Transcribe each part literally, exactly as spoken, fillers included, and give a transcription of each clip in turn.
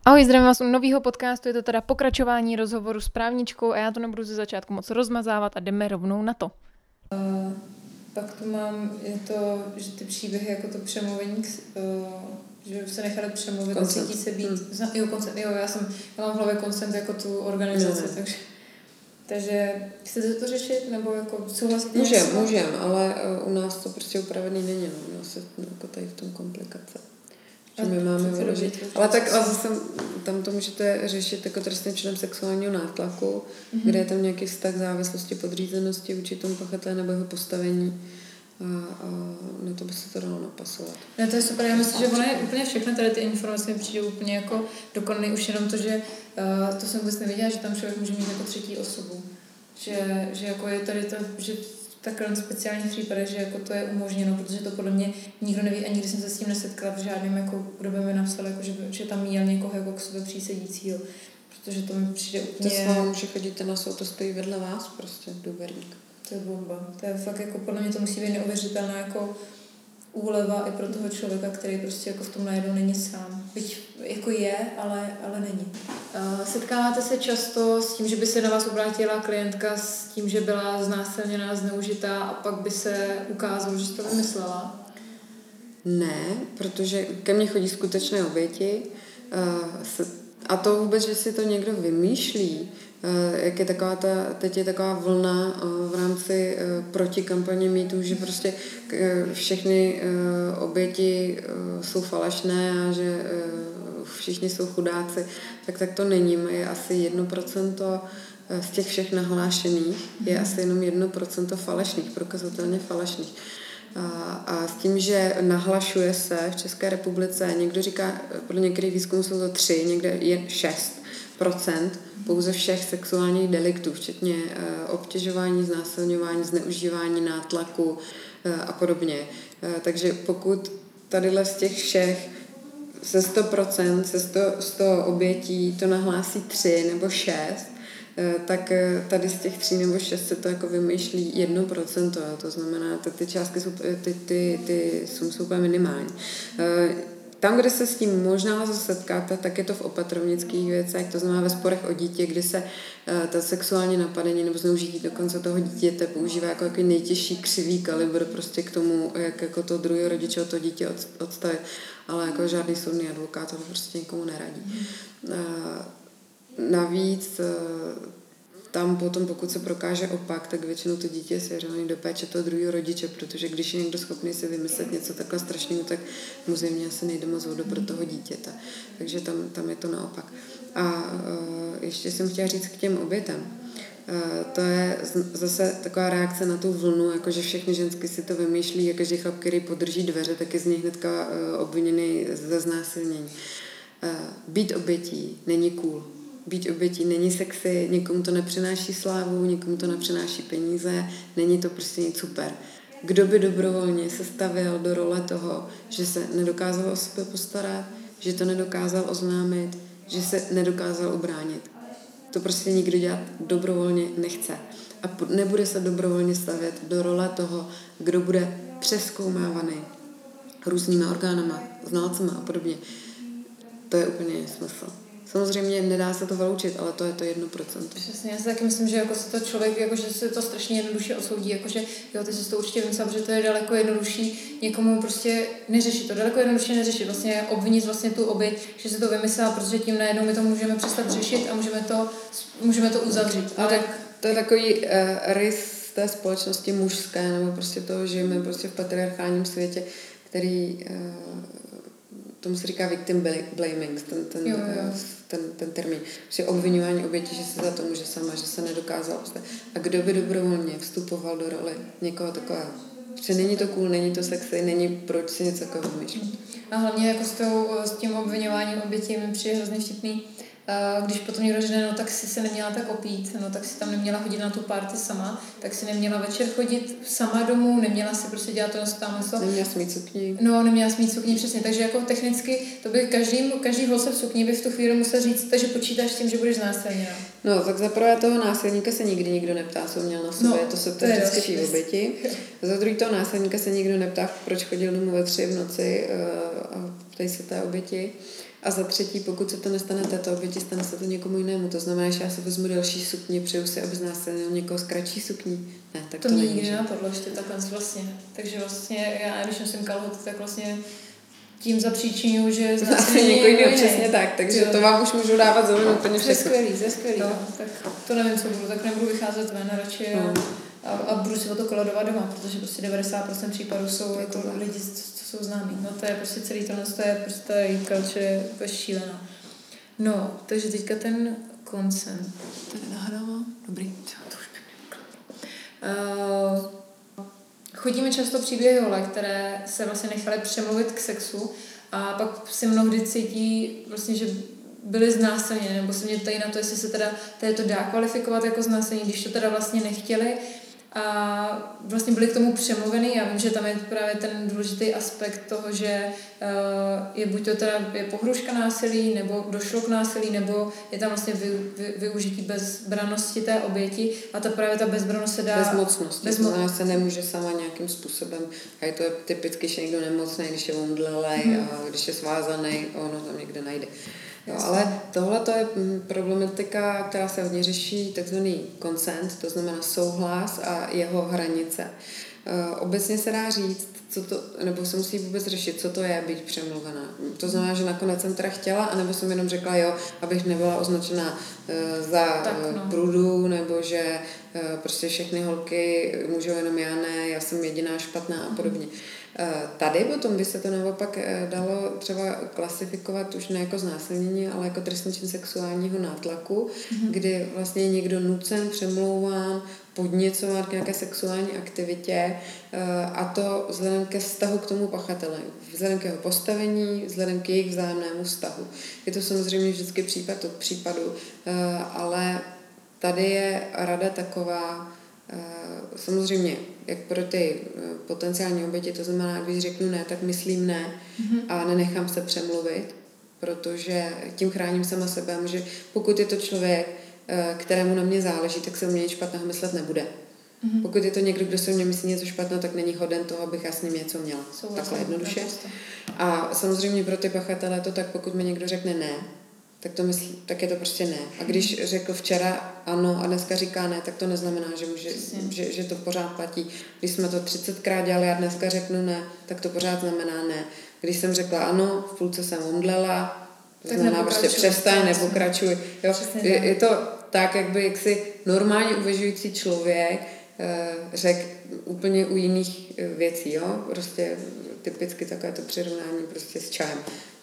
Ahoj, zdravím vás u nového podcastu, je to teda pokračování rozhovoru s právničkou a já to nebudu ze začátku moc rozmazávat a jdeme rovnou na to. Uh, pak tu mám, je to, že ty příběhy jako to přemluvení, uh, že se nechali přemluvit a cítí se být, hmm. jo, koncent, jo, já jsem, já mám v hlavě koncent jako tu organizaci, no. takže, takže chcete to řešit, nebo jako souhlasíte? Můžem, můžem, ale uh, u nás to prostě upravený není, no, u nás je jako tady v tom komplikace. Že my máme vyložit. Ale tak ale zase tam to můžete řešit jako trestným činem sexuálního nátlaku, mm-hmm. kde je tam nějaký vztah závislosti, podřízenosti vůči tomu pachateli nebo jeho postavení. A, a na to by se to dalo napasovat. No to je super, já myslím, že ono je úplně všechno, tady ty informace mi přijde úplně jako dokonalý, už jenom to, že uh, to jsem vůbec nevěděla, že tam člověk může mít jako třetí osobu. Že, že jako je tady to, že takhle speciálních případech, že jako to je umožněno, protože to podle mě nikdo neví a nikdy jsem se s tím nesetkala v žádném, jako kdo by mi napsal, jako, že, že tam měl někoho jako k sobě přísedícího, protože to mi přijde úplně... To s vámi, že chodíte na soud, to stojí vedle vás prostě, důvěrník. To je bomba. To je fakt jako, podle mě to musí být neuvěřitelná jako úleva i pro toho člověka, který prostě jako v tom najednou není sám. Byť jako je, ale, ale není. Uh, setkáváte se často s tím, že by se na vás obrátila klientka s tím, že byla znásilněná, zneužitá a pak by se ukázalo, že jsi to vymyslela? Ne, protože ke mně chodí skutečné oběti uh, a to vůbec, že si to někdo vymýšlí, jak je taková ta, teď je taková vlna v rámci protikampaně mýtů, že prostě všechny oběti jsou falešné a že všichni jsou chudáci, tak tak to není. Je asi jedno procento z těch všech nahlášených, je asi jenom jedno procento falešných, prokazatelně falešných. A, a s tím, že nahlašuje se v České republice, někdo říká, podle některých výzkumů jsou to tři, někde je šest procent pouze všech sexuálních deliktů, včetně uh, obtěžování, znásilňování, zneužívání, nátlaku uh, a podobně. Uh, takže pokud tadyhle z těch všech ze sto procent, ze sto obětí to nahlásí tři nebo šest, uh, tak uh, tady z těch tří nebo šest se to jako vymýšlí jedno procento. To znamená, ty, ty částky jsou, ty, ty, ty jsou úplně minimální. Uh, Tam, kde se s tím možná setkáte, tak je to v opatrovnických věcech, to znamená ve sporech o dítě, kdy se uh, ta sexuální napadení nebo zneužití dokonce toho dítěte používá jako, jako nejtěžší křivý kalibr prostě k tomu, jak jako to druhého rodiče o to dítě od, odstavit. Ale jako žádný soudný advokát to prostě nikomu neradí. Uh, navíc uh, tam potom, pokud se prokáže opak, tak většinou to dítě je svěřené do péče toho druhého rodiče, protože když je někdo schopný si vymyslet něco takhle strašného, tak mu zřejmě asi nejde moc vodu pro toho dítěta. Takže tam, tam je to naopak. A uh, ještě jsem chtěla říct k těm obětem. Uh, to je zase taková reakce na tu vlnu, jakože všechny žensky si to vymýšlí, a každý chlap, který podrží dveře, tak je z něj hnedka uh, obviněný ze znásilnění. Uh, být obětí není cool. Být obětí není sexy, někomu to nepřináší slávu, někomu to nepřináší peníze, není to prostě nic super. Kdo by dobrovolně se stavěl do role toho, že se nedokázal o sebe postarat, že to nedokázal oznámit, že se nedokázal ubránit. To prostě nikdo dělat dobrovolně nechce. A nebude se dobrovolně stavět do role toho, kdo bude přezkoumávaný různýma orgánama, znalcema a podobně. To je úplně smysl. Samozřejmě nedá se to vyloučit, ale to je to jedno procento. Přesně, já si taky myslím, že jako se to člověk, jako, že se to strašně jednoduše odsoudí, jakože jo, ty jsi to určitě vymyslela, protože to je daleko jednodušší někomu prostě neřešit to, daleko jednoduše neřešit, vlastně obvinit vlastně tu oběť, že se to vymyslela, protože tím najednou my to můžeme přestat řešit a můžeme to, můžeme to uzavřít. Ale tak to je takový uh, rys té společnosti mužské, nebo prostě toho, že žijeme prostě v patriarchálním světě, který uh, tomu se říká victim blaming, ten, ten, jo, jo. ten, ten termín. Že obviňování oběti, že se za to může sama, že se nedokázal. A kdo by dobrovolně vstupoval do roli někoho takového? Protože není to cool, není to sexy, není proč si něco takového vymýšlet. A hlavně jako s, tou, s tím obviňováním obětí mi přijde hrozně vtipný. Když potom někdo řekne, no tak si se neměla tak opít, no tak si tam neměla chodit na tu party sama, tak si neměla večer chodit sama domů, neměla si prostě dělat to tam něco. Neměla smít sukni. No, neměla smít sukni, přesně. Takže jako technicky to by každý, každý holce v sukni by v tu chvíli musel říct, takže počítáš s tím, že budeš znásilněna. No, tak za prvé toho násilníka se nikdy nikdo neptá, co měl na sobě, no, to se to vždycky v oběti. Za druhý toho násilníka se nikdo neptá, proč chodil domů ve tři v noci a ptají se té oběti. A za třetí, pokud se to nestane této oběti, stane se to někomu jinému. To znamená, že já si vezmu delší sukni, přeju si, aby znásilnil někoho s kratší sukní. Ne, tak to, to mě není. nikdy nenapadlo, ještě takhle vlastně. Takže vlastně já, když nosím kalhoty, tak vlastně tím zapříčinuju, že znásilní někoho jiného. Přesně tak, takže jo. To vám už můžu dávat za úplně všechno. To je skvělý, to je skvělý. No. No. Tak to nevím, co budu, tak nebudu vycházet ven radši a, no. a, a budu si o to koledovat doma, protože prostě devadesát procent případů jsou jako lidi, co jsou známí. No to je prostě celý tohle, to je prostě culture úplně šílená. No, takže teďka ten consent. Tady nahrávám? Dobrý. To už uh, chodíme často příběhy holek, které se vlastně nechaly přemluvit k sexu a pak si mnohdy cítí vlastně, že byly znásilněny, nebo se mě ptají na to, jestli se teda tady to dá kvalifikovat jako znásilnění, když to teda vlastně nechtěli a vlastně byli k tomu přemluveny. Já vím, že tam je právě ten důležitý aspekt toho, že uh, je buď to teda je pohruška násilí, nebo došlo k násilí, nebo je tam vlastně vy, vy, využití bezbrannosti té oběti a ta právě ta bezbrannost se dá... Bezmocnost. Bezmo... To se nemůže sama nějakým způsobem, a je to typicky, že někdo nemocný, když je omdlelej hmm. a když je svázaný, ono tam někde najde. Jo, ale tohle to je problematika, která se hodně řeší, takzvaný consent, to znamená souhlas a jeho hranice. Obecně se dá říct, co to, nebo se musí vůbec řešit, co to je být přemluvená. To znamená, že nakonec jsem teda chtěla, anebo jsem jenom řekla jo, abych nebyla označená za tak, no. prudu, nebo že prostě všechny holky můžou jenom já ne, já jsem jediná špatná a podobně. Tady potom by se to naopak dalo třeba klasifikovat už ne jako znásilnění, ale jako trestný čin sexuálního nátlaku, mm-hmm. kdy vlastně je někdo nucen, přemlouván, podněcovat k nějaké sexuální aktivitě a to vzhledem ke vztahu k tomu pachateli, vzhledem k jeho postavení, vzhledem k jejich vzájemnému vztahu. Je to samozřejmě vždycky případ od případu, ale tady je rada taková, samozřejmě, jak pro ty potenciální oběti, to znamená, když řeknu ne, tak myslím ne mm-hmm. a nenechám se přemluvit, protože tím chráním sama sebe, že pokud je to člověk, kterému na mě záleží, tak se o mě nic špatného myslet nebude. Mm-hmm. Pokud je to někdo, kdo se o mě myslí něco špatného, tak není hoden toho, abych já s ním něco měla. Souhlasím, takhle jednoduše. A samozřejmě pro ty pachatele to tak, pokud mi někdo řekne ne, tak, to myslí, tak je to prostě ne. A když řekl včera ano a dneska říká ne, tak to neznamená, že, může, že, že to pořád platí. Když jsme to třicetkrát dělali a dneska řeknu ne, tak to pořád znamená ne. Když jsem řekla ano, v půlce jsem omdlela, to tak znamená prostě přestaň, nepokračuj. Jo? Je, je to tak, jak by jaksi normálně uvažující člověk eh, řekl úplně u jiných věcí. Jo? Prostě typicky takové to přirovnání prostě s čajem.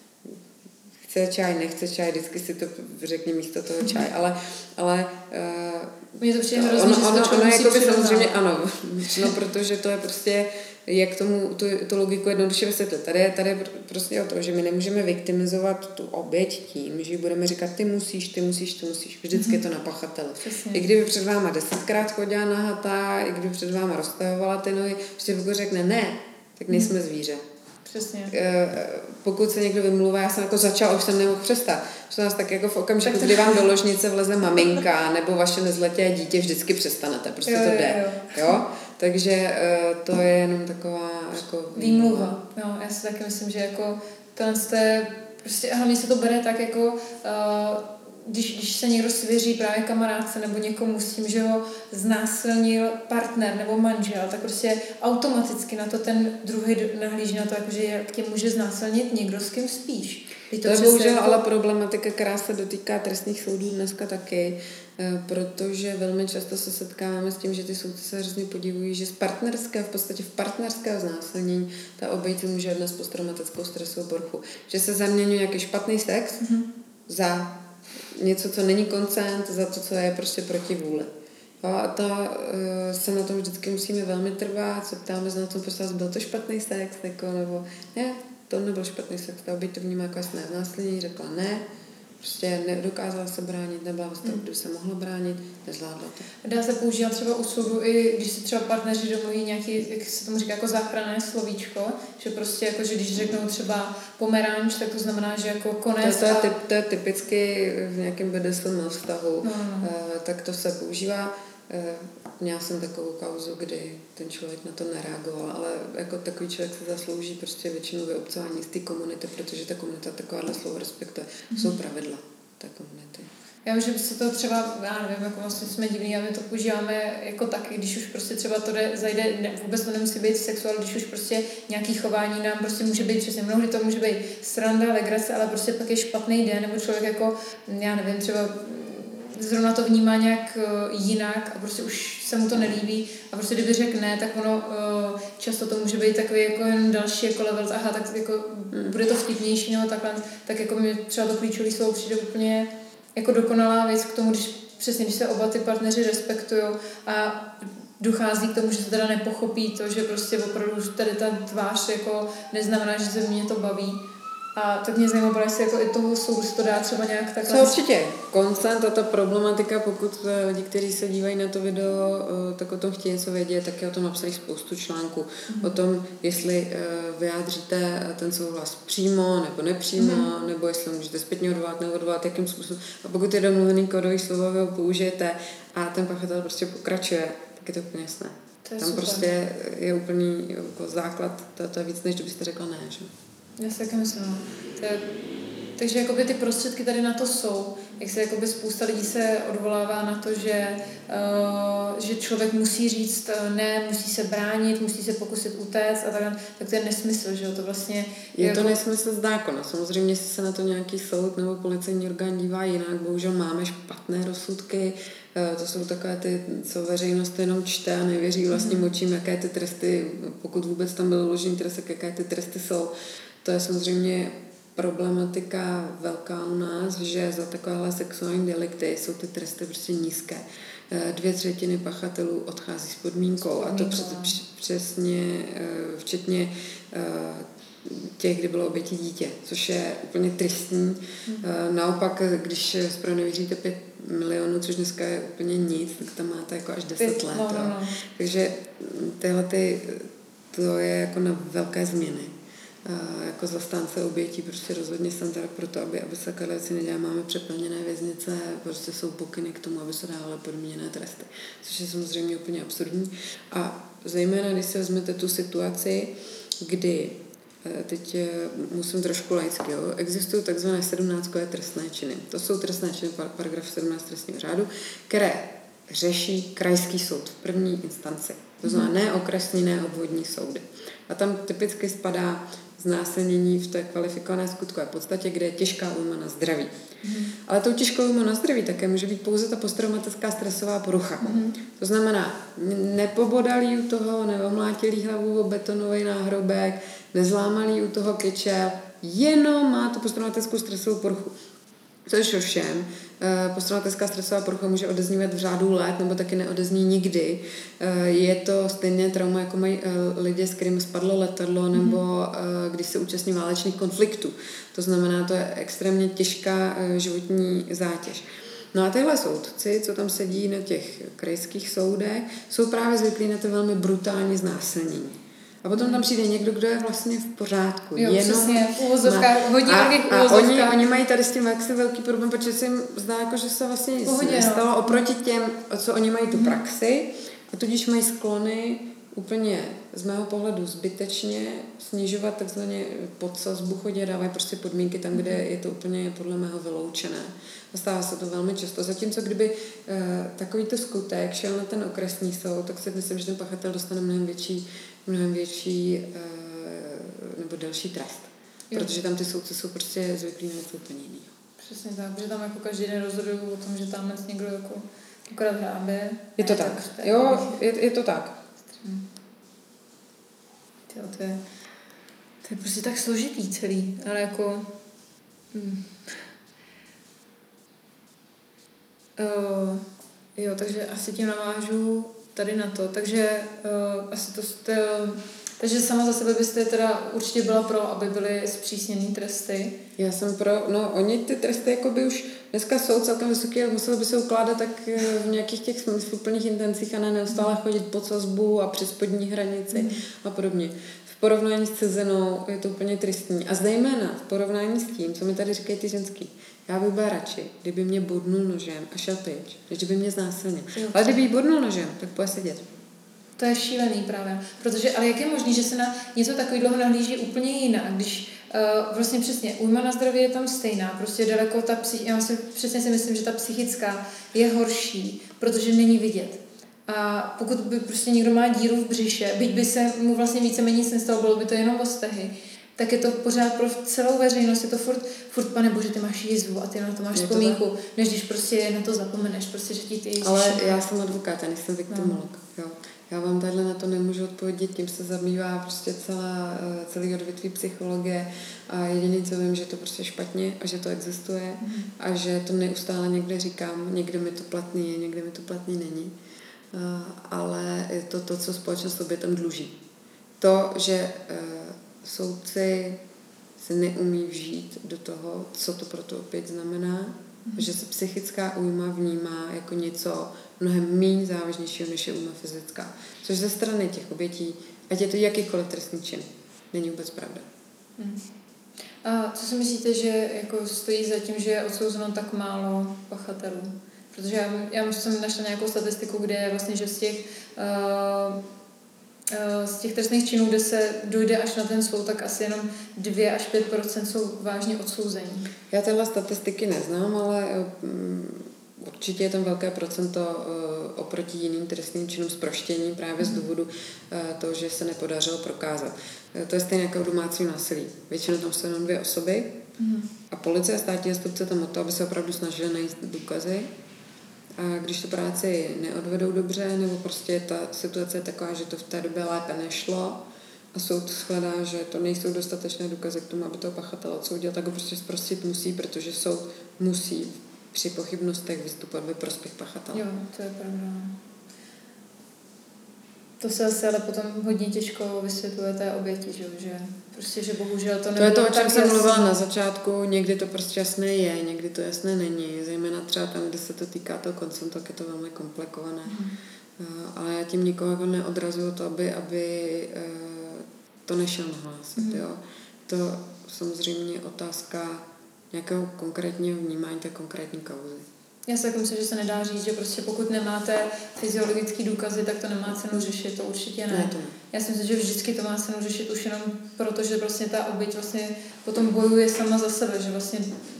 Chce čaj, nechce čaj, vždycky si to řekni místo toho čaj, ale, ale uh, mně to přijde hrozně, ono, ono, ono jako by samozřejmě ano, no, protože to je prostě, jak tomu tu, tu logiku jednoduše vysvětlit. Tady je, tady je prostě o to, že my nemůžeme viktimizovat tu oběť tím, že budeme říkat ty musíš, ty musíš, ty musíš. Vždycky mm-hmm. je to na pachatele. I kdyby před váma desetkrát chodila nahatá, i kdyby před váma roztahovala ty nohy, prostě pokud řekne ne, tak nejsme mm-hmm. zvíře. Přesně. Pokud se někdo vymluvá, já jsem jako začala, už jsem nemohl přestat. Že nás tak jako v okamžiku, kdy vám do ložnice vleze maminka nebo vaše nezletilé dítě, vždycky přestanete. Prostě jo, to jde. Jo, jo. Jo? Takže to je jenom taková jako výmluva. No, já si taky myslím, že jako tohle je prostě, hlavně se to bere tak jako uh, Když, když se někdo svěří právě kamarádce nebo někomu s tím, že ho znásilnil partner nebo manžel, tak prostě automaticky na to ten druhý nahlíží na to, jako, že jak tě může znásilnit někdo, s kým spíš. To, to je bohužel jako... ale problematika, která se dotýká trestních soudů dneska taky, protože velmi často se setkáváme s tím, že ty soudci se hrozně podivují, že z partnerského, v podstatě v partnerského znásilnění ta oběť může dnes posttraumatickou stresovou poruchu. Že se zaměňuje nějaký špatný sex mm-hmm. za něco, co není koncent, za to, co je prostě proti vůli. Jo, a to uh, se na tom vždycky musíme velmi trvat, se ptáme na tom, prostě byl to špatný sex, jako, nebo ne, to nebyl špatný sex, ta oběť to vnímá jako jasné znásilnění, řekla ne, prostě nedokázala se bránit, nebyla v stavu, kdy se mohla bránit, nezvládla to. Dá se používat třeba u soudu, i když si třeba partneři domluví nějaký, jak se tomu říká, jako záchranné slovíčko, že prostě jako, že když řeknou třeba pomeranč, tak to znamená, že jako konec. To, to, je, typ, to je typicky v nějakém bé dé es em vztahu, no, no. Uh, tak to se používá. Měla jsem takovou kauzu, kdy ten člověk na to nereagoval, ale jako takový člověk se zaslouží prostě většinou vyobcování z té komunity, protože ta komunita takováhle slovo respektuje. Mm-hmm. Jsou pravidla té komunity. Já vím, že se to třeba, já nevím, jako vlastně jsme divní, ale my to používáme jako taky, když už prostě třeba to jde, zajde, ne, vůbec to nemusí být sex, ale když už prostě nějaký chování nám prostě může být přesně, mnohdy to může být sranda, legrace, ale prostě pak je špatný den, nebo člověk jako, já nevím, třeba zrovna to vnímá nějak jinak a prostě už se mu to nelíbí a prostě kdyby řekl ne, tak ono často to může být takový jako jen další jako level, aha, tak jako bude to vtipnější nebo takhle, tak jako mi třeba to klíčové slovo přijde úplně jako dokonalá věc k tomu, když přesně, když se oba ty partneři respektují a dochází k tomu, že se teda nepochopí to, že prostě opravdu tady ta tvář jako neznamená, že se mě to baví. A tak mě zajímalo, jestli jako i toho soudu se to dá třeba nějak takhle... Co určitě. Koncent a ta problematika, pokud lidi, kteří se dívají na to video, tak o tom chtějí něco vědět, tak je o tom napsali spoustu článků. Mm-hmm. O tom, jestli vyjádříte ten souhlas přímo nebo nepřímo, mm-hmm. nebo jestli můžete zpětně odvolat nebo odvolat, jakým způsobem. A pokud je domluvený kódový slovo, vy ho použijete a ten pachatel prostě pokračuje, tak je to úplně jasné. To je Tam super. Prostě je úplný jako základ, to, to je víc, než kdybyste řekla ne, že? Já si taky myslím. To je, takže jakoby ty prostředky tady na to jsou. Jak se jakoby spousta lidí se odvolává na to, že, uh, že člověk musí říct ne, musí se bránit, musí se pokusit utéct a tak, tak to je nesmysl, že jo? To vlastně je, je to jako... nesmysl z zákona. Samozřejmě, jestli se na to nějaký soud nebo policejní orgán dívá jinak, bohužel máme špatné rozsudky. To jsou takové ty, co veřejnost jenom čte a nevěří vlastním očím, jaké ty tresty, pokud vůbec tam byl uložený trest, jaké ty tresty jsou. To je samozřejmě problematika velká u nás, že za takovéhle sexuální delikty jsou ty tresty prostě nízké. Dvě třetiny pachatelů odchází s podmínkou a to přesně včetně těch, kdy bylo obětí dítě, což je úplně tristní. Hmm. Naopak, když zpronevěříte pět milionů, což dneska je úplně nic, tak tam máte jako až deset let. No, no, no. Takže tyhle ty, to je jako na velké změny. Uh, jako zastánce obětí prostě rozhodně jsem teda proto, aby, aby se takové věci nedělá. Máme přeplněné věznice, prostě jsou pokyny k tomu, aby se dávaly podmíněné tresty, což je samozřejmě úplně absurdní. A zejména, když si vezmete tu situaci, kdy teď musím trošku laicky, jo. Existují takzvané sedmnáctkové trestné činy. To jsou trestné činy, paragraf sedmnáct trestního řádu, které řeší krajský soud v první instanci. To znamená ne okresní, ne obvodní soudy. A tam typicky spadá znásilnění v té kvalifikované skutkové podstatě, kde je těžká újma na zdraví. Mm. Ale tou těžkou újmou na zdraví také může být pouze ta posttraumatická stresová porucha. Mm. To znamená, nepobodalí u toho, neomlátilí hlavu o betonový náhrobek, nezlámalí u toho kyčel, jenom má tu posttraumatickou stresovou poruchu. Což ovšem, posttraumatická stresová porucha může odeznívat v řádu let, nebo taky neodezní nikdy. Je to stejné trauma, jako mají lidi, s kterými spadlo letadlo, nebo mm-hmm. když se účastní válečných konfliktů. To znamená, to je extrémně těžká životní zátěž. No a tyhle soudci, co tam sedí na těch krajských soudech, jsou právě zvyklí na to velmi brutální znásilnění. A potom tam přijde někdo, kdo je vlastně v pořádku. Jo, jenom přesně, v uvozovkách, hodně velkých uvozovkách. A oni, oni mají tady s tím jaksi velký problém, protože se jim zdá, jako, že se vlastně nic Pohodě, nestalo no. oproti těm, co oni mají tu praxi a tudíž mají sklony úplně z mého pohledu zbytečně snižovat takzvaně podsazbu, chodě, dávají prostě podmínky tam, kde je to úplně podle mého vyloučené. A stává se to velmi často. Zatímco kdyby e, takovýto skutek šel na ten okresní soud, tak si myslím, že ten pachatel dostane mnohem větší, mnohem větší e, nebo delší trest. Jo. Protože tam ty soudci jsou prostě zvyklí na něco úplně jiného. Přesně tak, protože tam jako každý den rozhodují o tom, že tam někdo jako akorát hrábe. Je to tak. tak. Jo, je, je to tak. Jo, to je, to je prostě tak složitý celý, ale jako hmm. uh, jo, takže asi tím navážu tady na to, takže uh, asi to jste, takže sama za sebe byste teda určitě byla pro, aby byly zpřísněný tresty. Já jsem pro, no oni ty tresty jakoby už dneska jsou celkem vysoké, ale muselo by se ukládat tak v nějakých těch smysluplných intencích a ne neustále chodit pod sazbu a přes spodní hranici mm. a podobně. V porovnání s cizinou je to úplně tristní. A zejména v porovnání s tím, co mi tady říkají ty ženský. Já bych byla radši, kdyby mě bodnul nožem a šel pryč, než kdyby mě znásilnil. Ale kdyby jí bodnul nožem, tak pojď sedět. To je šílený právě, protože, ale jak je možný, že se na něco takového nahlíží úplně jinak, když uh, vlastně přesně újma na zdraví je tam stejná, prostě daleko ta psych, já si, přesně si myslím, že ta psychická je horší, protože není vidět. A pokud by prostě někdo má díru v břiše, byť by se mu vlastně víceméně nic nestalo, bylo by to jenom o vztahy, tak je to pořád pro celou veřejnost, je to furt, furt pane bože, ty máš jízvu a ty na to máš vzpomínku, to než když prostě na to zapomeneš, prostě, že ti ty Ježiši... Ale já jsem advokát, já nejsem viktimolog, no. Jo. Já vám tadyhle na to nemůžu odpovědět, tím se zabývá prostě celá, celý odvětví psychologie a jediné, co vím, že to prostě špatně a že to existuje mm. a že to neustále někde říkám, někde mi to platný je, někde mi to platný není, ale je to to, co společnost obětem dluží. To, že soudci se neumí vžít do toho, co to pro to opět znamená, mm. že se psychická újma vnímá jako něco mnohem méně závažnějšího, než je újma fyzická. Což ze strany těch obětí, ať je to jakýkoliv trestný čin, není vůbec pravda. Mm. A co si myslíte, že jako stojí za tím, že je odsouzeno tak málo pachatelů? Protože já, já jsem našla nějakou statistiku, kde je vlastně, že z těch uh, z těch trestných činů, kde se dojde až na ten soud, tak asi jenom dva až pět procent jsou vážně odsouzení. Já tyhle statistiky neznám, ale um, určitě je tam velké procento uh, oproti jiným trestným činům zproštění právě mm. z důvodu uh, toho, že se nepodařilo prokázat. Uh, to je stejně jako domácí násilí. Většinou tam jsou jenom dvě osoby mm. a policie a státní zástupce tam o to, aby se opravdu snažili najít důkazy. A když tu práci neodvedou dobře, nebo prostě ta situace je taková, že to v té době lépe nešlo a soud shledá, že to nejsou dostatečné důkazy k tomu, aby toho pachatele odsoudil, tak ho prostě zprostit musí, protože soud musí při pochybnostech vystupovat ve prospěch pachatele. Jo, to je pravda. To se asi ale potom hodně těžko vysvětluje té oběti, že, že prostě, že bohužel to nebylo. To je to, o čem jsem mluvila na začátku, někdy to prostě jasné je, někdy to jasné není, zejména třeba tam, kde se to týká toho koncentu, tak je to velmi komplikované. Mm. Uh, ale já tím nikoho neodrazuju to, aby, aby uh, to nešel nahlásit. Mm. Jo. To samozřejmě otázka nějakého konkrétního vnímání té konkrétní kauzy. Já si tak myslím, že se nedá říct, že prostě pokud nemáte fyziologické důkazy, tak to nemá cenu řešit, to určitě ne. ne, to ne. Já si myslím, že vždycky to má cenu řešit už jenom proto, že vlastně ta oběť vlastně potom bojuje sama za sebe, že vlastně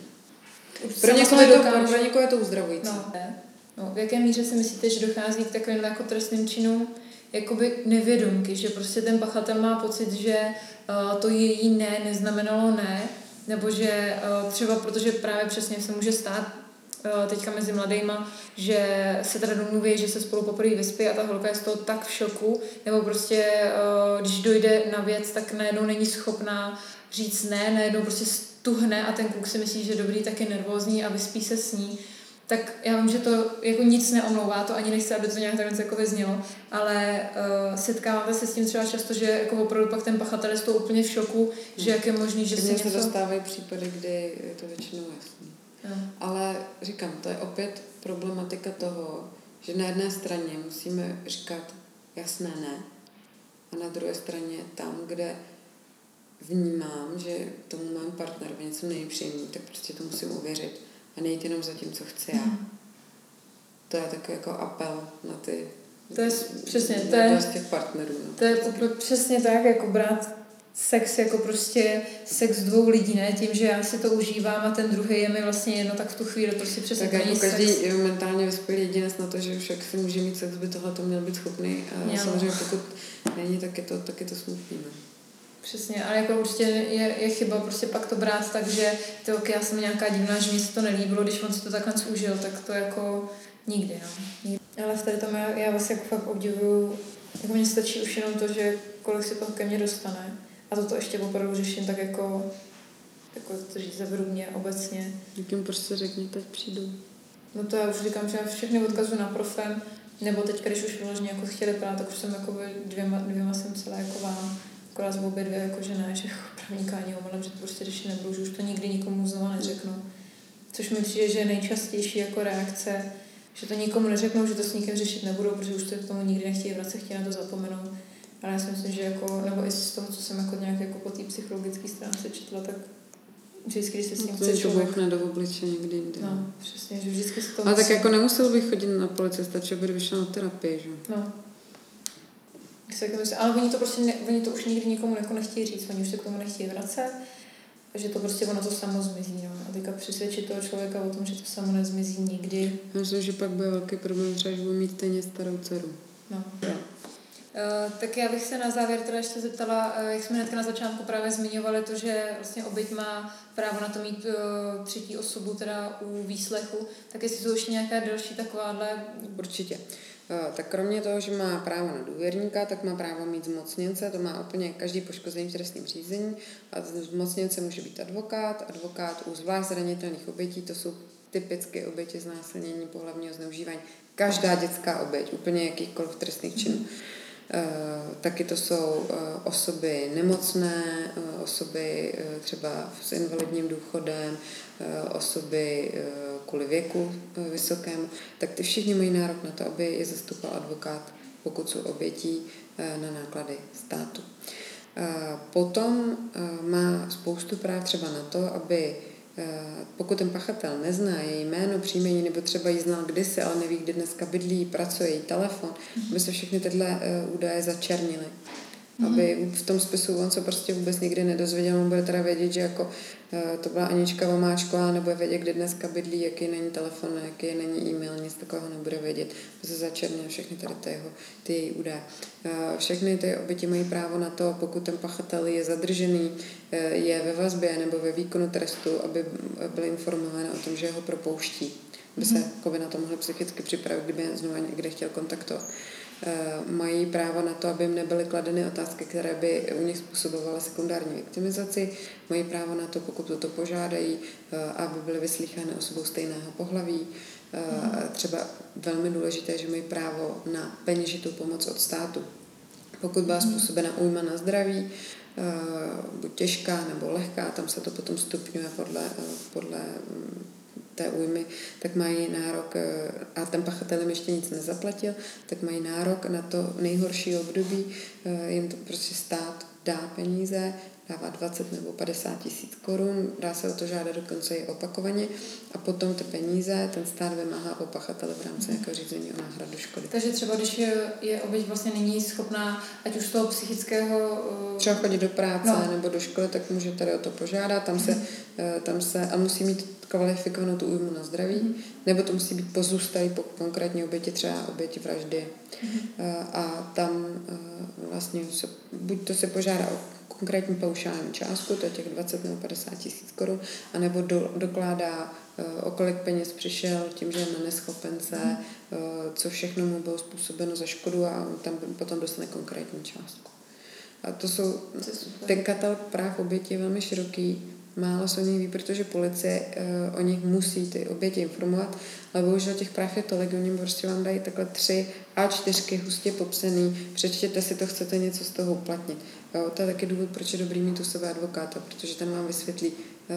pro někoho, je to, pro někoho je to uzdravující. No, no, v jaké míře si myslíte, že dochází k takovým jako trestným činům jakoby nevědomky, že prostě ten pachatel má pocit, že uh, to její ne neznamenalo ne, nebo že uh, třeba protože právě přesně se může stát teďka mezi mladejma, že se teda domluví, že se spolu poprvé vyspí a ta holka je z toho tak v šoku, nebo prostě, když dojde na věc, tak najednou není schopná říct ne, najednou prostě stuhne a ten kluk si myslí, že dobrý, tak je nervózní a vyspí se s ní. Tak já vím, že to jako nic neomlouvá, to ani nechci, aby to nějak takhle jako vyznělo, ale uh, setkáváte se s tím třeba často, že jako opravdu pak ten pachatel je z toho úplně v šoku, že jak je možný, že se něco... se dostávají případy, kdy je to většinou jasný. No. Ale říkám, to je opět problematika toho, že na jedné straně musíme říkat jasné ne a na druhé straně tam, kde vnímám, že tomu mém partnerovi něco nejpříjemný, tak prostě to musím uvěřit a nejít jenom za tím, co chci já. Mm. To je takový jako apel na ty to je přesně, to je, z těch partnerů. No. To je přesně tak, jako brát sex jako prostě sex dvou lidí, ne? Tím, že já si to užívám a ten druhý je mi vlastně jedno, tak v tu chvíli prostě přesně tak jako každý sex. Mentálně vyspělý jedinec na to, že už jak si může mít sex, by tohle to měl být schopný a mělo. Samozřejmě pokud není, tak je to, tak je to smutný. Ne? Přesně, ale jako určitě je, je chyba prostě pak to brát tak, že to, okay, já jsem nějaká divná, že mi se to nelíbilo, když on si to takhle užil, tak to jako nikdy, no. Nikdy. Ale v tady tom já, já vás jako fakt obdivuju, jako mně stačí už jenom to, že kolik se toho ke mně dostane. A toto ještě opravdu řeším tak jako, jako to říct zevrubně, obecně. Jakým prostě řekni, teď přijdu. No to já už říkám, že já všechny odkazu na Profem, nebo teď, když už vyloženě jako chtěli prát, tak už jsem jako dvěma, dvěma jsem celá jako vám, akorát z obě dvě, jako že ne, že jako právníka ani omylem, že to prostě řešit nebudu, že už to nikdy nikomu znova neřeknu. Což mi přijde, že je nejčastější jako reakce, že to nikomu neřeknou, že to s nikým řešit nebudou, protože už to k tomu nikdy nechtějí vracet, chtějí na to zapomenout. Ale já si myslím, že jako, nebo i z toho, co jsem jako nějak jako po té psychologické stránce četla, tak vždycky, když se s tím chce člověk. To bouchne do obliče někdy jinde. No, přesně, že vždycky se to ale musí... tak jako nemusel bych chodit na policii, stačilo by, vyšel na terapii, že? No. Ale oni to prostě, ne, oni to už nikdy nikomu jako nechtějí říct, oni už se k tomu nechtějí vracet, že to prostě ono to samo zmizí, no. A teďka přesvědčit toho člověka o tom, že to samo nezmizí nikdy. Já myslím, že pak bude velký problém, třeba, že budu mít stejně starou dceru. No. no. Uh, tak já bych se na závěr teda ještě zeptala, uh, jak jsme hnedka na začátku právě zmiňovali to, že vlastně oběť má právo na to mít uh, třetí osobu teda u výslechu, tak jestli jsou ještě nějaké další takováhle... Určitě. Uh, tak kromě toho, že má právo na důvěrníka, tak má právo mít zmocněnce, to má úplně každý poškozený v trestním řízení a zmocněnce může být advokát, advokát u zvlášť zranitelných obětí, to jsou typicky oběti znásilnění, pohlavního zneužívání, každá dětská oběť, úplně jakýchkoliv trestných činů. Uh, taky to jsou uh, osoby nemocné, uh, osoby uh, třeba s invalidním důchodem, uh, osoby uh, kvůli věku uh, vysokému, tak ty všichni mají nárok na to, aby je zastupoval advokát, pokud jsou obětí uh, na náklady státu. Uh, potom uh, má spoustu práv třeba na to, aby pokud ten pachatel nezná její jméno, příjmení, nebo třeba ji znal kdysi, ale neví, kde dneska bydlí, pracuje, její telefon, mm-hmm. aby se všechny tyhle uh, údaje začernily. Mm-hmm. Aby v tom spisu on se prostě vůbec nikdy nedozvěděl, on bude teda vědět, že jako uh, to byla Anička Vomáčková, nebo vědět, kde dneska bydlí, jaký není telefon, jaký není e-mail, nic takového nebude vědět. Aby se začernil všechny tady ty, jeho, ty její údaje. Uh, všechny ty oběti mají právo na to, pokud ten pachatel je zadržený, uh, je ve vazbě nebo ve výkonu trestu, aby byly informovány o tom, že ho propouští. Aby se mm-hmm. na to mohli psychicky připravit, kdyby znovu někde chtěl kontaktovat. Mají právo na to, aby jim nebyly kladeny otázky, které by u nich způsobovaly sekundární viktimizaci. Mají právo na to, pokud to požádají, aby byly vyslýchány osobou stejného pohlaví. Třeba velmi důležité, že mají právo na peněžitou pomoc od státu. Pokud byla způsobena újma na zdraví, buď těžká nebo lehká, tam se to potom stupňuje podle, podle té újmy, tak mají nárok, a ten pachatel jim ještě nic nezaplatil, tak mají nárok na to nejhorší období, jim to prostě stát dá peníze, dává dvacet nebo padesát tisíc korun, dá se o to žádat dokonce i opakovaně a potom ty peníze ten stát vymáhá po pachateli v rámci nějakého řízení o náhradu škody. Takže třeba když je, je oběť vlastně není schopná, ať už z toho psychického... Třeba chodit do práce no. nebo do školy, tak může tady o to požádat, tam se, tam se a musí mít kvalifikovanou tu újmu na zdraví, mm. nebo to musí být pozůstalý po konkrétní oběti, třeba oběti vraždy. Mm. A tam vlastně se, buď to se požádá o konkrétní paušální částku, to je těch dvacet nebo padesát tisíc korun, anebo do, dokládá, o kolik peněz přišel tím, že je na neschopence, mm. co všechno mu bylo způsobeno za škodu a on tam potom dostane konkrétní částku. A to jsou, ten katalog práv oběti je velmi široký, málo se o nich ví, protože policie uh, o nich musí ty oběti informovat, ale bohužel těch práv je tolik, oni prostě vám dají takhle tři A čtyřky hustě popsaný, přečtěte si to, chcete něco z toho uplatnit. Jo, to je taky důvod, proč je dobrý mít u sebe advokáta, protože ten vám vysvětlí, uh,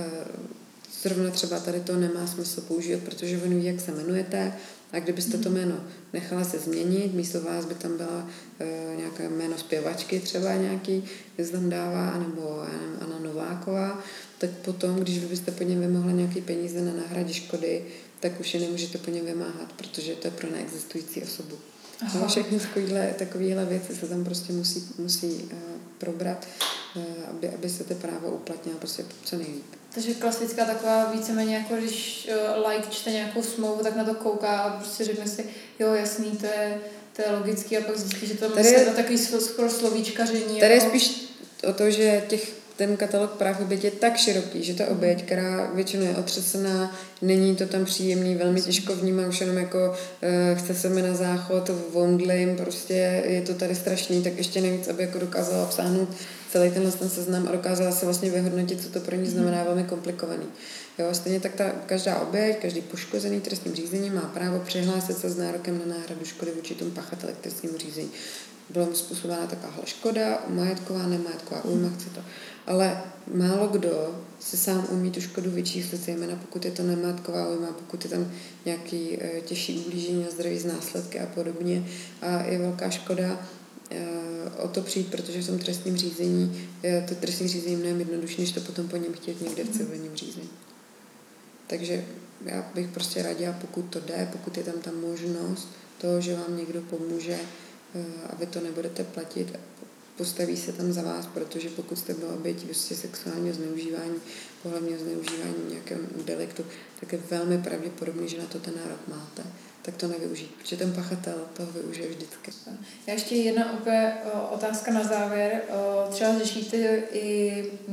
zrovna třeba tady to nemá smysl použít, protože on ví, jak se jmenujete, a kdybyste to jméno nechala se změnit, místo vás by tam byla e, nějaké jméno zpěvačky třeba nějaký, kde tam dává, nebo Anna Nováková, tak potom, když vy byste po něm vymohla nějaké peníze na náhradě škody, tak už je nemůžete po něm vymáhat, protože to je pro neexistující osobu. No, všechny takovýhle, takovýhle věci se tam prostě musí, musí uh, probrat, uh, aby, aby se to právo uplatnilo prostě co nejlíp. Takže klasická taková víceméně jako když uh, like čte nějakou smlouvu, tak na to kouká a prostě řekne si, jo jasný, to je, to je logický a pak zjistí, že to je takový skoro slovíčkaření. Tady jako... je spíš o to, že těch ten katalog práv oběť je tak široký, že ta oběť, která většinou je otřesená, není to tam příjemný, velmi těžko vnímá už jenom jako uh, chce se mi na záchod, vondlim, prostě je to tady strašný, tak ještě navíc, aby jako dokázala obsáhnout celý tenhle ten seznam a dokázala se vlastně vyhodnotit, co to pro ní znamená, velmi komplikovaný. Jo, stejně tak ta každá oběť, každý poškozený trestním řízením má právo přihlásit se s nárokem na náhradu škody vůči tomu pachateli k trestnímu řízení. Byla mu způsobená takováhle škoda, majetková, nemajetková újma, chce to. Ale málo kdo si sám umí tu škodu vyčíslit, zejména pokud je to nemajetková újma, pokud je tam nějaký e, těžší ublížení na zdraví z následky a podobně. A je velká škoda o to přijít, protože v tom trestním řízení, to trestní řízení je mnohem jednodušší, než to potom po něm chtět někde v civilním řízení. Takže já bych prostě radila, pokud to jde, pokud je tam ta možnost toho, že vám někdo pomůže, a vy to nebudete platit, postaví se tam za vás, protože pokud jste byl obětí prostě sexuálního zneužívání, pohlavního zneužívání nějakém deliktu, tak je velmi pravděpodobný, že na to ten nárok máte. Tak to nevyužít, protože ten pachatel toho využije vždycky. Já ještě jedna opět otázka na závěr. Třeba řešíte i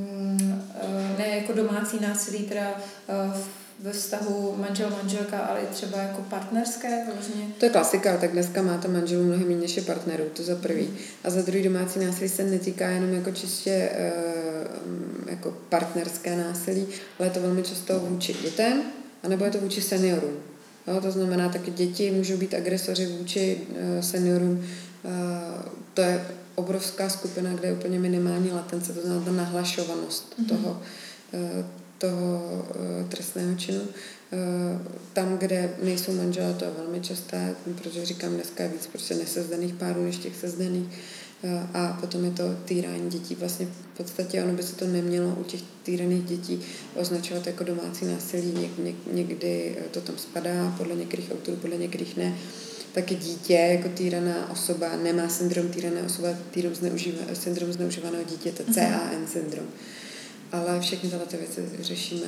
ne jako domácí násilí, teda ve vztahu manžel-manželka, ale i třeba jako partnerské? Vlastně. To je klasika, tak dneska máte manželů mnohem méně než je partnerů, to za prvý. A za druhý domácí násilí se netýká jenom jako čistě jako partnerské násilí, ale je to velmi často vůči dětem, anebo je to vůči seniorům. Jo, to znamená, taky děti můžou být agresoři vůči seniorům. To je obrovská skupina, kde je úplně minimální latence, to znamená ta nahlašovanost mm-hmm. toho, toho trestného činu. Tam, kde nejsou manželé, to je velmi časté, protože říkám, dneska je víc prostě nesezdaných párů než těch sezdaných. A potom je to týrání dětí. Vlastně v podstatě ono by se to nemělo u těch týraných dětí označovat jako domácí násilí. Něk, něk, někdy to tam spadá, podle některých autorů, podle některých ne. Taky dítě jako týraná osoba nemá syndrom týrané osoby, týrom zneužíva, syndrom zneužívaného dítěte, C A N syndrom. Ale všechny tyto věci řešíme.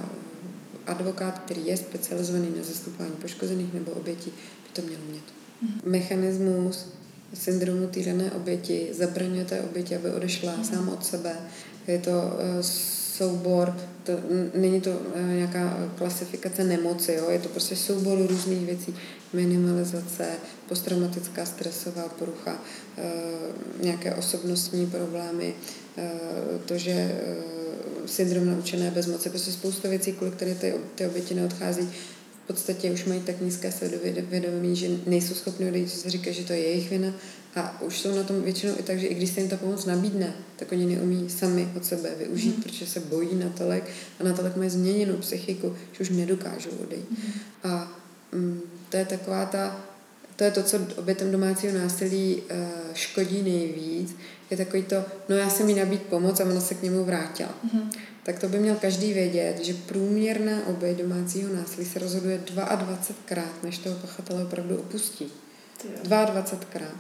Advokát, který je specializovaný na zastupování poškozených nebo obětí, by to měl mít. Mm. Mechanismus syndromu týrané oběti zabraňuje té oběti, aby odešla mm. sám od sebe. Je to uh, soubor, to, n- není to uh, nějaká klasifikace nemoci, jo? Je to prostě soubor různých věcí. Minimalizace, posttraumatická stresová porucha, uh, nějaké osobnostní problémy, uh, to, že uh, syndrom naučené bezmoci, prostě spousta věcí, kvůli které ty, ty oběti neodchází, v podstatě už mají tak nízké sebevědomí, že nejsou schopni odejít, co se říká, že to je jejich vina a už jsou na tom většinou i tak, že i když se jim ta pomoc nabídne, tak oni neumí sami od sebe využít, mm. protože se bojí natolik a natolik mají změněnou psychiku, že už nedokážou odejít. Mm. A mm, to je taková ta, to je to, co obětem domácího násilí uh, škodí nejvíc, je takový to, no já jsem jí nabít pomoc a ona se k němu vrátila. Mm. Tak to by měl každý vědět, že průměrná oběť domácího násilí se rozhoduje dvacetkrát, než toho pachatele opravdu opustí. dvacetkrát.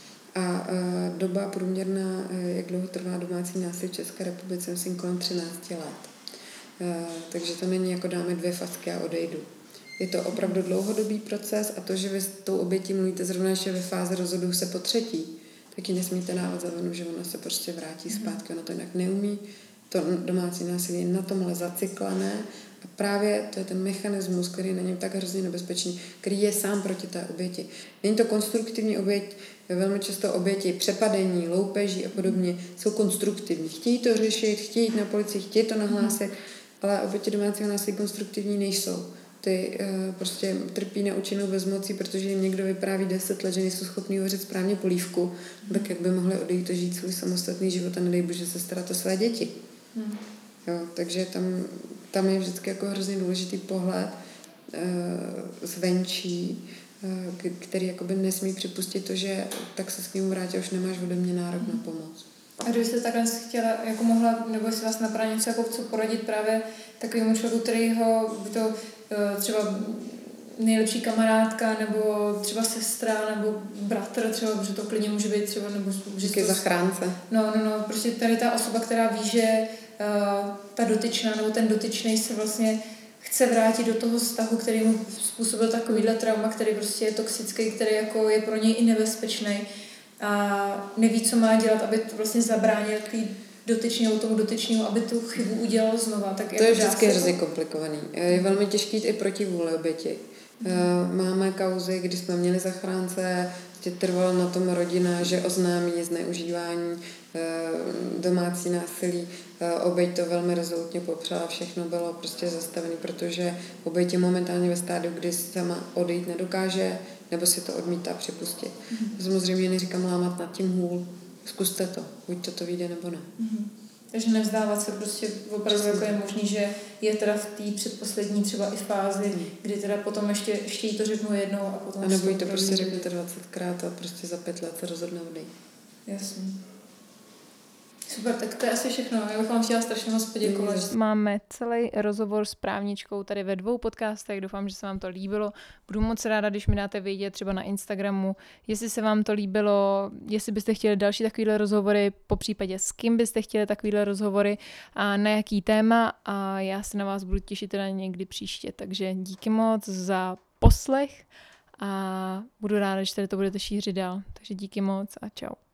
A uh, doba průměrná, uh, jak dlouho trvá domácí násilí v České republice, myslím kolem třináct let. Uh, takže to není jako dáme dvě fasky a odejdu. Je to opravdu dlouhodobý proces a to, že vy s tou obětí mluvíte zrovna ještě ve fázi rozhodu se po třetí, tak ji nesmíte dávat za vinu, že ona se prostě vrátí zpátky, ona to jinak neumí. To domácí násilí je na tomhle zacyklané a právě to je ten mechanismus, který je na něm tak hrozně nebezpečný, který je sám proti té oběti. Není to konstruktivní oběť, velmi často oběti přepadení, loupeží a podobně jsou konstruktivní. Chtějí to řešit, chtějí jít na policii, chtějí to nahlásit, ale oběti domácího násilí konstruktivní nejsou. Ty uh, prostě trpí naučenou bezmocí, protože jim někdo vypráví deset let, že nejsou schopní uvařit správně polívku, tak jak by mohli odejít a žít svůj samostatný život a nedej bože se starat o své děti. Hmm. Jo, takže tam, tam je vždycky jako hrozně důležitý pohled uh, zvenčí, uh, který jakoby nesmí připustit to, že tak se s ním vrátí, už nemáš ode mě nárok hmm. na pomoc. A kdybyste takhle chtěla, jako mohla, nebo jestli vás napadá něco, jako co poradit právě takovému člověku, kterýho by to uh, třeba nejlepší kamarádka, nebo třeba sestra, nebo bratr třeba, protože to klidně může být třeba, nebo... Že zachránce. No, no, no, prostě tady ta osoba, která ví, že uh, ta dotyčná, nebo ten dotyčný se vlastně chce vrátit do toho vztahu, který mu způsobil takovýhle trauma, který prostě je toxický, který jako je pro něj i nebezpečný a neví, co má dělat, aby to vlastně zabránil takový dotyčného, tomu dotyčnému, aby tu chybu udělal znova. Tak to jako je vždycky hrozně komplikovaný. Je velmi těžký jít i proti vůli oběti. Máme kauzy, kdy jsme měli zachránce, že trvala na tom rodina, že oznámí zneužívání, domácí násilí. Oběť to velmi rezolutně popřela, všechno bylo prostě zastavené, protože oběť je momentálně ve stádiu, kdy sama odejít nedokáže, nebo si to odmítá připustit. Mm-hmm. Samozřejmě neříkám lámat nad tím hůl, zkuste to, buď to to vyjde, nebo ne. Mm-hmm. Takže nevzdávat se prostě opravdu jako je možný, že je teda v té předposlední třeba i fázi, mm. kdy teda potom ještě, ještě jí to řeknu jednou a potom... A nebo jí to prostě řeknete dvacetkrát a prostě za pět let se rozhodne odejít. Jasně. Super, tak to je asi všechno. Já bych vám chtěla strašně moc poděkovat. Máme celý rozhovor s právničkou tady ve dvou podcastech. Doufám, že se vám to líbilo. Budu moc ráda, když mi dáte vědět třeba na Instagramu, jestli se vám to líbilo, jestli byste chtěli další takovýhle rozhovory, po případě s kým byste chtěli takovýhle rozhovory a na jaký téma. A já se na vás budu těšit teda někdy příště. Takže díky moc za poslech a budu ráda, že tady to budete šířit dál. Takže díky moc a čau.